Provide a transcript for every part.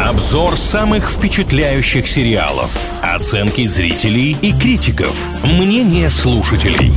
Обзор самых впечатляющих сериалов. Оценки зрителей и критиков. Мнение слушателей.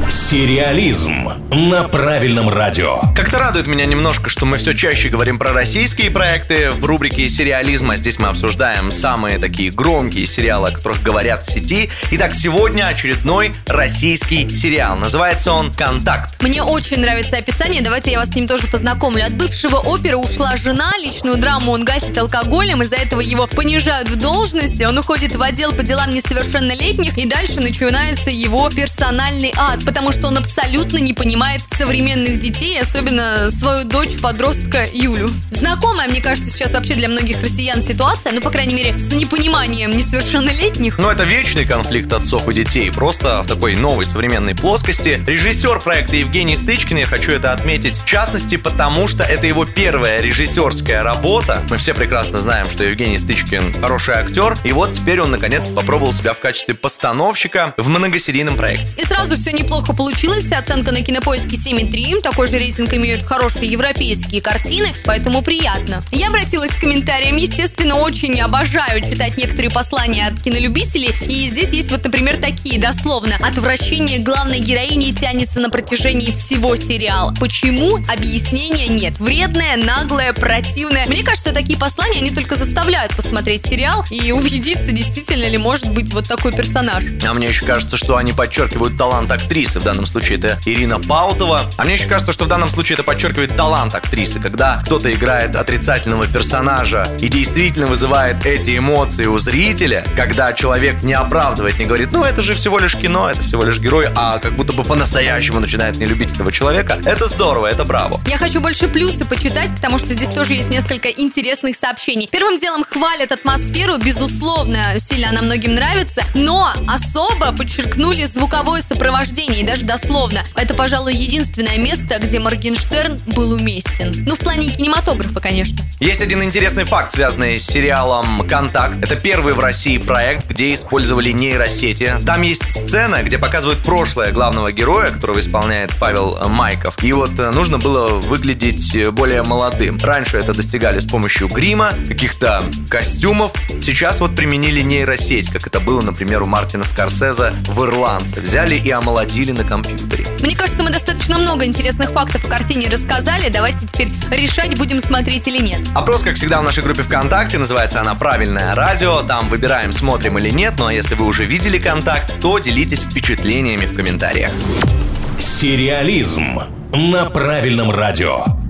Сериализм на правильном радио. Как-то радует меня немножко, что мы все чаще говорим про российские проекты в рубрике сериализма. Здесь мы обсуждаем самые такие громкие сериалы, о которых говорят в сети. Итак, сегодня очередной российский сериал. Называется он «Контакт». Мне очень нравится описание, давайте я вас с ним тоже познакомлю. От бывшего опера ушла жена, личную драму он гасит алкоголем, из-за этого его понижают в должности, он уходит в отдел по делам несовершеннолетних, и дальше начинается его персональный ад, потому что он абсолютно не понимает современных детей, особенно свою дочь-подростка Юлю. Знакомая, мне кажется, сейчас вообще для многих россиян ситуация, ну, по крайней мере, с непониманием несовершеннолетних. Но это вечный конфликт отцов и детей, просто в такой новой современной плоскости. Режиссер проекта Евгений Стычкин, я хочу это отметить, в частности, потому что это его первая режиссерская работа. Мы все прекрасно знаем, что Евгений Стычкин хороший актер, и вот теперь он наконец-то попробовал себя в качестве постановщика в многосерийном проекте. И сразу все неплохо получилось, оценка на Кинопоиске 7,3, такой же рейтинг имеют хорошие европейские картины, поэтому приятно. Я обратилась к комментариям, естественно, очень обожаю читать некоторые послания от кинолюбителей, и здесь есть вот, например, такие, дословно: отвращение главной героини тянется на протяжении всего сериала. Почему? Объяснения нет. Вредная, наглая, противная. Мне кажется, такие послания, они только заставляют посмотреть сериал и убедиться, действительно ли может быть вот такой персонаж. А мне еще кажется, что они подчеркивают талант актрисы. В данном случае это Ирина Паутова. А мне еще кажется, что в данном случае это подчеркивает талант актрисы. Когда кто-то играет отрицательного персонажа и действительно вызывает эти эмоции у зрителя, когда человек не оправдывает, не говорит, ну это же всего лишь кино, это всего лишь герой, а как будто бы по-настоящему начинает не любить этого человека, это здорово, это браво. Я хочу больше плюсы почитать, потому что здесь тоже есть несколько интересных сообщений. Первым делом хвалят атмосферу, безусловно, сильно она многим нравится, но особо подчеркнули звуковое сопровождение, и даже дословно. Это, пожалуй, единственное место, где Моргенштерн был уместен. Ну, в плане кинематографа, конечно. Есть один интересный факт, связанный с сериалом «Контакт». Это первый в России проект, где использовали нейросети. Там есть сцена, где показывают прошлое главного героя, которого исполняет Павел Майков. И вот нужно было выглядеть более молодым. Раньше это достигали с помощью грима, каких-то костюмов. Сейчас вот применили нейросеть, как это было, например, у Мартина Скорсезе в «Ирландце». Взяли и омолодили на компьютере. Мне кажется, мы достаточно много интересных фактов в картине рассказали. Давайте теперь решать, будем смотреть или нет. Опрос, как всегда, в нашей группе ВКонтакте. Называется она «Правильное радио». Там выбираем, смотрим или нет. Ну а если вы уже видели «Контакт», то делитесь впечатлениями в комментариях. Сериализм на правильном радио.